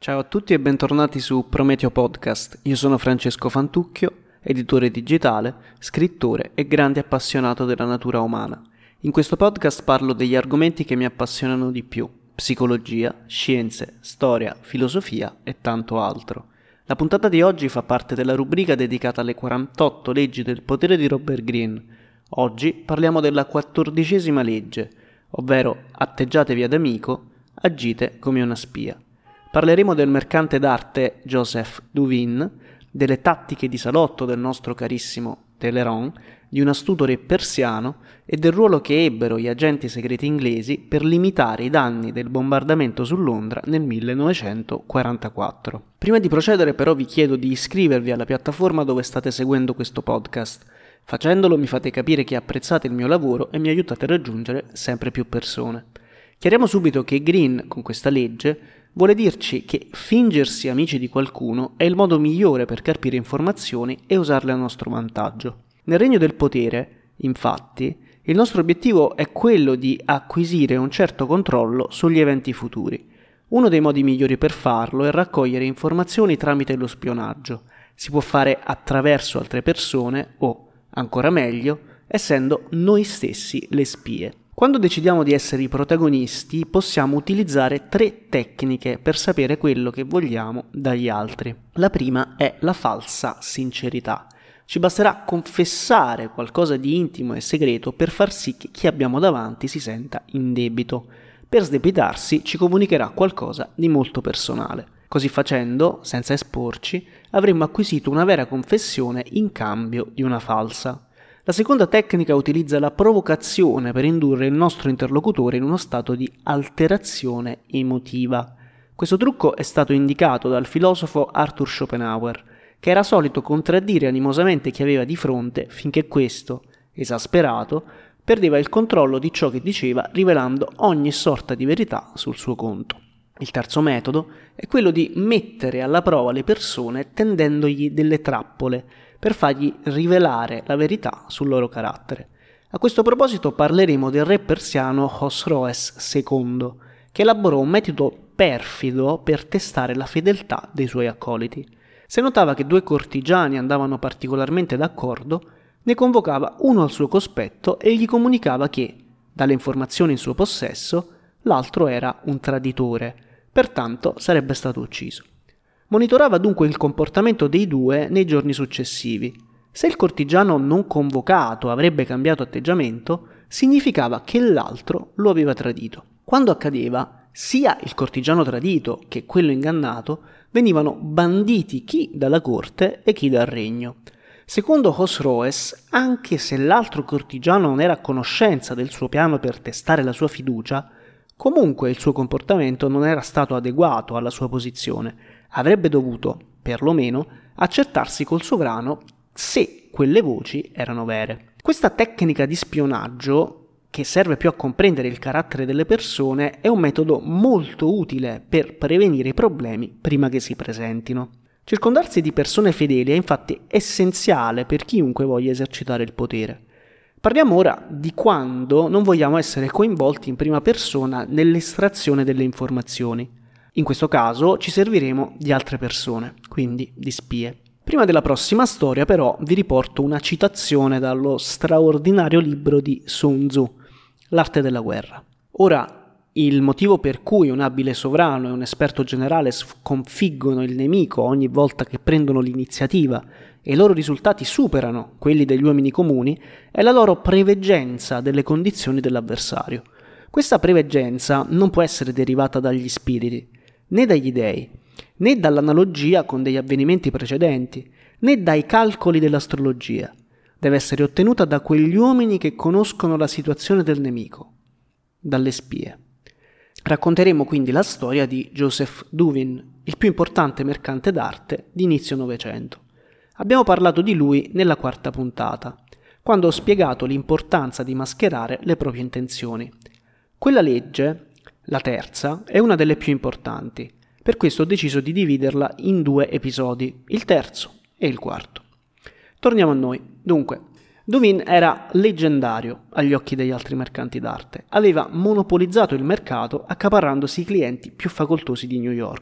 Ciao a tutti e bentornati su Prometeo Podcast. Io sono Francesco Fantucchio, editore digitale, scrittore e grande appassionato della natura umana. In questo podcast parlo degli argomenti che mi appassionano di più: psicologia, scienze, storia, filosofia e tanto altro. La puntata di oggi fa parte della rubrica dedicata alle 48 leggi del potere di Robert Greene. Oggi parliamo della 14ª legge, ovvero atteggiatevi ad amico, agite come una spia. Parleremo del mercante d'arte Joseph Duvin, delle tattiche di salotto del nostro carissimo Talleyrand, di un astuto re persiano e del ruolo che ebbero gli agenti segreti inglesi per limitare i danni del bombardamento su Londra nel 1944. Prima di procedere però vi chiedo di iscrivervi alla piattaforma dove state seguendo questo podcast. Facendolo mi fate capire che apprezzate il mio lavoro e mi aiutate a raggiungere sempre più persone. Chiariamo subito che Greene, con questa legge, vuole dirci che fingersi amici di qualcuno è il modo migliore per carpire informazioni e usarle a nostro vantaggio. Nel regno del potere, infatti, il nostro obiettivo è quello di acquisire un certo controllo sugli eventi futuri. Uno dei modi migliori per farlo è raccogliere informazioni tramite lo spionaggio. Si può fare attraverso altre persone o, ancora meglio, essendo noi stessi le spie. Quando decidiamo di essere i protagonisti, possiamo utilizzare 3 tecniche per sapere quello che vogliamo dagli altri. La prima è la falsa sincerità. Ci basterà confessare qualcosa di intimo e segreto per far sì che chi abbiamo davanti si senta in debito. Per sdebitarsi ci comunicherà qualcosa di molto personale. Così facendo, senza esporci, avremmo acquisito una vera confessione in cambio di una falsa. La seconda tecnica utilizza la provocazione per indurre il nostro interlocutore in uno stato di alterazione emotiva. Questo trucco è stato indicato dal filosofo Arthur Schopenhauer, che era solito contraddire animosamente chi aveva di fronte finché questo, esasperato, perdeva il controllo di ciò che diceva, rivelando ogni sorta di verità sul suo conto. Il terzo metodo è quello di mettere alla prova le persone tendendogli delle trappole, per fargli rivelare la verità sul loro carattere. A questo proposito parleremo del re persiano Chosroes II, che elaborò un metodo perfido per testare la fedeltà dei suoi accoliti. Se notava che 2 cortigiani andavano particolarmente d'accordo, ne convocava uno al suo cospetto e gli comunicava che, dalle informazioni in suo possesso, l'altro era un traditore, pertanto sarebbe stato ucciso. Monitorava dunque il comportamento dei 2 nei giorni successivi. Se il cortigiano non convocato avrebbe cambiato atteggiamento, significava che l'altro lo aveva tradito. Quando accadeva, sia il cortigiano tradito che quello ingannato venivano banditi chi dalla corte e chi dal regno. Secondo Chosroes, anche se l'altro cortigiano non era a conoscenza del suo piano per testare la sua fiducia, comunque il suo comportamento non era stato adeguato alla sua posizione. Avrebbe dovuto, perlomeno, accertarsi col sovrano se quelle voci erano vere. Questa tecnica di spionaggio, che serve più a comprendere il carattere delle persone, è un metodo molto utile per prevenire i problemi prima che si presentino. Circondarsi di persone fedeli è infatti essenziale per chiunque voglia esercitare il potere. Parliamo ora di quando non vogliamo essere coinvolti in prima persona nell'estrazione delle informazioni. In questo caso ci serviremo di altre persone, quindi di spie. Prima della prossima storia però vi riporto una citazione dallo straordinario libro di Sun Tzu, L'arte della guerra. Ora, il motivo per cui un abile sovrano e un esperto generale sconfiggono il nemico ogni volta che prendono l'iniziativa e i loro risultati superano quelli degli uomini comuni è la loro preveggenza delle condizioni dell'avversario. Questa preveggenza non può essere derivata dagli spiriti, né dagli dei, né dall'analogia con degli avvenimenti precedenti, né dai calcoli dell'astrologia. Deve essere ottenuta da quegli uomini che conoscono la situazione del nemico, dalle spie. Racconteremo quindi la storia di Joseph Duvin, il più importante mercante d'arte di inizio Novecento. Abbiamo parlato di lui nella 4ª puntata, quando ho spiegato l'importanza di mascherare le proprie intenzioni. Quella legge, la terza, è una delle più importanti, per questo ho deciso di dividerla in 2 episodi, il terzo e il quarto. Torniamo a noi. Dunque, Duvin era leggendario agli occhi degli altri mercanti d'arte. Aveva monopolizzato il mercato accaparrandosi i clienti più facoltosi di New York.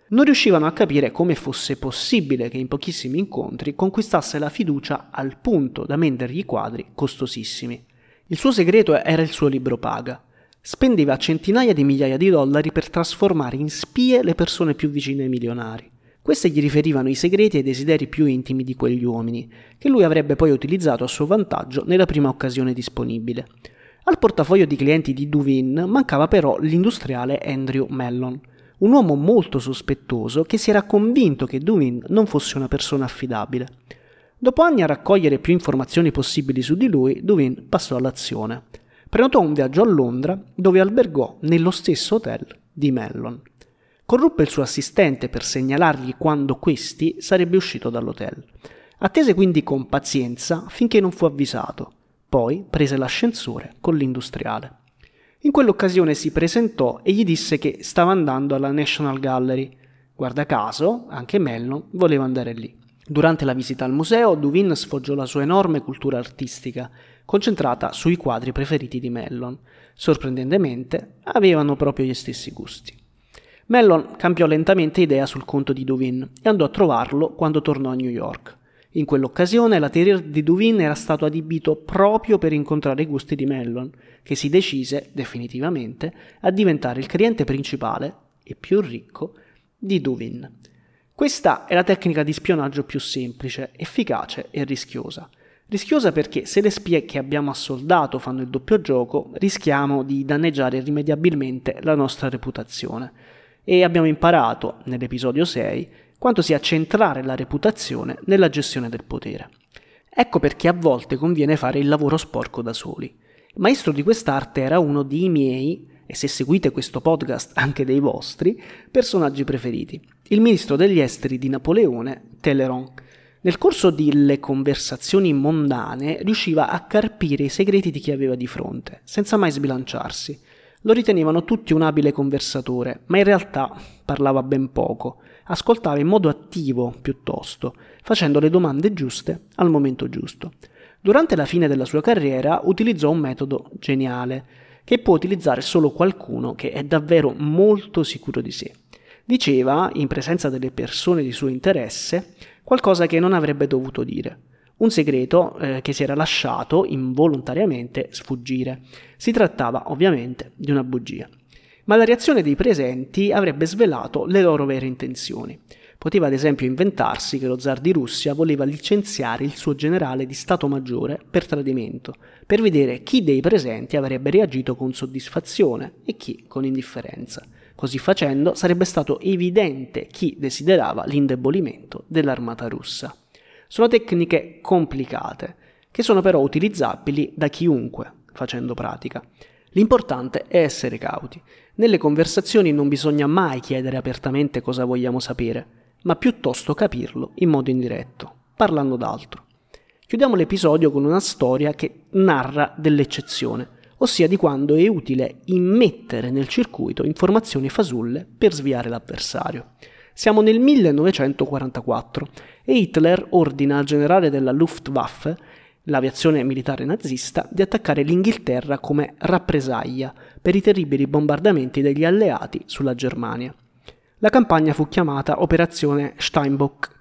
Non riuscivano a capire come fosse possibile che in pochissimi incontri conquistasse la fiducia al punto da vendergli quadri costosissimi. Il suo segreto era il suo libro paga. Spendeva centinaia di migliaia di dollari per trasformare in spie le persone più vicine ai milionari. Queste gli riferivano i segreti e i desideri più intimi di quegli uomini, che lui avrebbe poi utilizzato a suo vantaggio nella prima occasione disponibile. Al portafoglio di clienti di Duveen mancava però l'industriale Andrew Mellon, un uomo molto sospettoso che si era convinto che Duveen non fosse una persona affidabile. Dopo anni a raccogliere più informazioni possibili su di lui, Duveen passò all'azione. Prenotò un viaggio a Londra, dove albergò nello stesso hotel di Mellon. Corruppe il suo assistente per segnalargli quando questi sarebbe uscito dall'hotel. Attese quindi con pazienza finché non fu avvisato. Poi prese l'ascensore con l'industriale. In quell'occasione si presentò e gli disse che stava andando alla National Gallery. Guarda caso, anche Mellon voleva andare lì. Durante la visita al museo, Duveen sfoggiò la sua enorme cultura artistica, concentrata sui quadri preferiti di Mellon. Sorprendentemente, avevano proprio gli stessi gusti. Mellon cambiò lentamente idea sul conto di Duveen e andò a trovarlo quando tornò a New York. In quell'occasione l'atelier di Duveen era stato adibito proprio per incontrare i gusti di Mellon, che si decise, definitivamente, a diventare il cliente principale e più ricco di Duveen. Questa è la tecnica di spionaggio più semplice, efficace e rischiosa. Rischiosa perché se le spie che abbiamo assoldato fanno il doppio gioco, rischiamo di danneggiare irrimediabilmente la nostra reputazione. E abbiamo imparato, nell'episodio 6, quanto sia centrare la reputazione nella gestione del potere. Ecco perché a volte conviene fare il lavoro sporco da soli. Il maestro di quest'arte era uno dei miei, e se seguite questo podcast anche dei vostri, personaggi preferiti, il ministro degli esteri di Napoleone, Talleyrand. Nel corso delle conversazioni mondane riusciva a carpire i segreti di chi aveva di fronte, senza mai sbilanciarsi. Lo ritenevano tutti un abile conversatore, ma in realtà parlava ben poco, ascoltava in modo attivo piuttosto, facendo le domande giuste al momento giusto. Durante la fine della sua carriera utilizzò un metodo geniale, che può utilizzare solo qualcuno che è davvero molto sicuro di sé. Diceva, in presenza delle persone di suo interesse, qualcosa che non avrebbe dovuto dire. Un segreto che si era lasciato involontariamente sfuggire. Si trattava ovviamente di una bugia. Ma la reazione dei presenti avrebbe svelato le loro vere intenzioni. Poteva ad esempio inventarsi che lo zar di Russia voleva licenziare il suo generale di Stato Maggiore per tradimento, per vedere chi dei presenti avrebbe reagito con soddisfazione e chi con indifferenza. Così facendo sarebbe stato evidente chi desiderava l'indebolimento dell'armata russa. Sono tecniche complicate, che sono però utilizzabili da chiunque facendo pratica. L'importante è essere cauti. Nelle conversazioni non bisogna mai chiedere apertamente cosa vogliamo sapere, ma piuttosto capirlo in modo indiretto, parlando d'altro. Chiudiamo l'episodio con una storia che narra dell'eccezione, ossia di quando è utile immettere nel circuito informazioni fasulle per sviare l'avversario. Siamo nel 1944 e Hitler ordina al generale della Luftwaffe, l'aviazione militare nazista, di attaccare l'Inghilterra come rappresaglia per i terribili bombardamenti degli alleati sulla Germania. La campagna fu chiamata Operazione Steinbock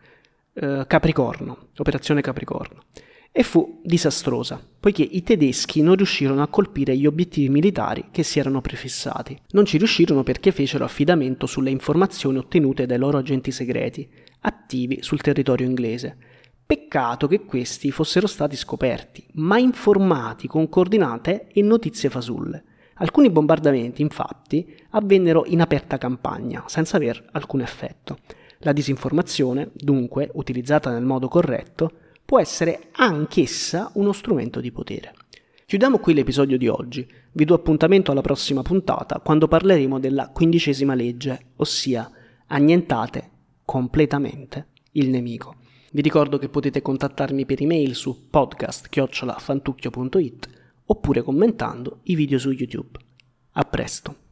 Operazione Capricorno, e fu disastrosa, poiché i tedeschi non riuscirono a colpire gli obiettivi militari che si erano prefissati. Non ci riuscirono perché fecero affidamento sulle informazioni ottenute dai loro agenti segreti, attivi sul territorio inglese. Peccato che questi fossero stati scoperti, ma informati con coordinate e notizie fasulle. Alcuni bombardamenti, infatti, avvennero in aperta campagna, senza aver alcun effetto. La disinformazione, dunque, utilizzata nel modo corretto, può essere anch'essa uno strumento di potere. Chiudiamo qui l'episodio di oggi. Vi do appuntamento alla prossima puntata, quando parleremo della 15ª legge, ossia annientate completamente il nemico. Vi ricordo che potete contattarmi per email su podcast@fantucchio.it oppure commentando i video su YouTube. A presto!